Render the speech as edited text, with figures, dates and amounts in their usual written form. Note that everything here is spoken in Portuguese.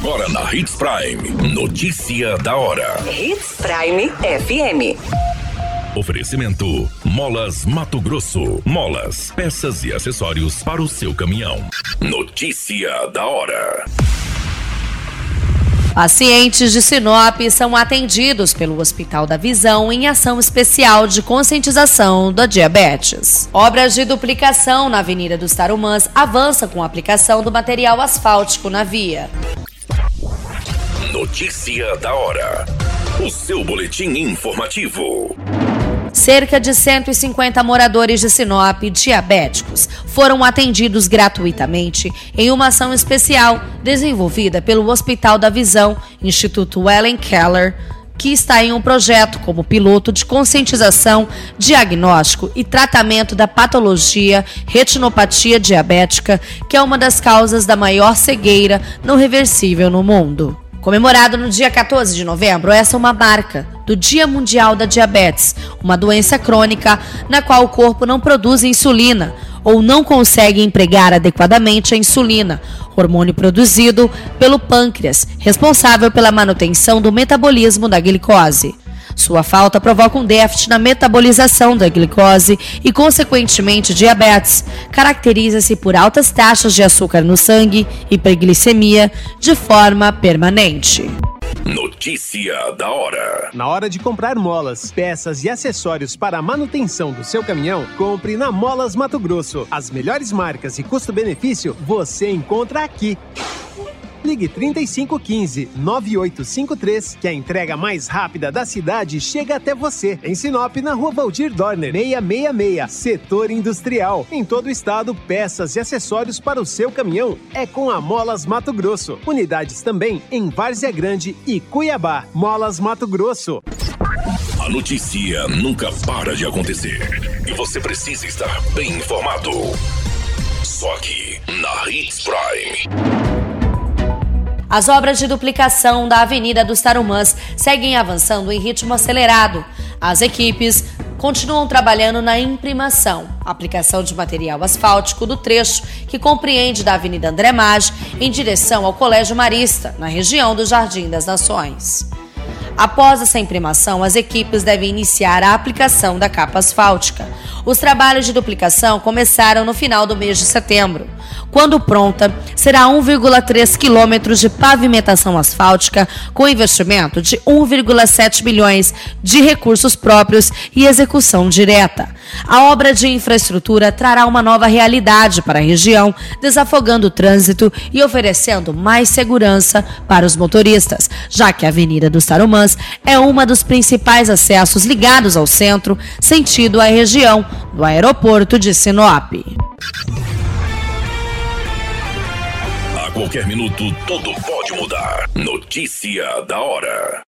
Agora na Hits Prime. Notícia da hora. Hits Prime FM. Oferecimento: Molas Mato Grosso. Molas, peças e acessórios para o seu caminhão. Notícia da hora. Pacientes de Sinop são atendidos pelo Hospital da Visão em ação especial de conscientização da diabetes. Obras de duplicação na Avenida dos Tarumãs avançam com a aplicação do material asfáltico na via. Notícia da hora. O seu boletim informativo. Cerca de 150 moradores de Sinop diabéticos foram atendidos gratuitamente em uma ação especial desenvolvida pelo Hospital da Visão, Instituto Ellen Keller, que está em um projeto como piloto de conscientização, diagnóstico e tratamento da patologia retinopatia diabética, que é uma das causas da maior cegueira não reversível no mundo. Comemorado no dia 14 de novembro, essa é uma marca do Dia Mundial da Diabetes, uma doença crônica na qual o corpo não produz insulina ou não consegue empregar adequadamente a insulina, hormônio produzido pelo pâncreas, responsável pela manutenção do metabolismo da glicose. Sua falta provoca um déficit na metabolização da glicose e, consequentemente, diabetes. Caracteriza-se por altas taxas de açúcar no sangue, hiperglicemia, de forma permanente. Notícia da hora. Na hora de comprar molas, peças e acessórios para a manutenção do seu caminhão, compre na Molas Mato Grosso. As melhores marcas e custo-benefício você encontra aqui. Ligue 3515-9853, que a entrega mais rápida da cidade chega até você. Em Sinop, na Rua Valdir Dorner, 666, Setor Industrial. Em todo o estado, peças e acessórios para o seu caminhão é com a Molas Mato Grosso. Unidades também em Várzea Grande e Cuiabá. Molas Mato Grosso. A notícia nunca para de acontecer e você precisa estar bem informado. Só aqui, na Hits Prime. As obras de duplicação da Avenida dos Tarumãs seguem avançando em ritmo acelerado. As equipes continuam trabalhando na imprimação, aplicação de material asfáltico do trecho que compreende da Avenida André Maggi em direção ao Colégio Marista, na região do Jardim das Nações. Após essa imprimação, as equipes devem iniciar a aplicação da capa asfáltica. Os trabalhos de duplicação começaram no final do mês de setembro. Quando pronta, será 1,3 quilômetros de pavimentação asfáltica com investimento de 1,7 bilhões de recursos próprios e execução direta. A obra de infraestrutura trará uma nova realidade para a região, desafogando o trânsito e oferecendo mais segurança para os motoristas, já que a Avenida dos Tarumãs é uma dos principais acessos ligados ao centro, sentido à região do aeroporto de Sinop. A qualquer minuto, tudo pode mudar. Notícia da hora.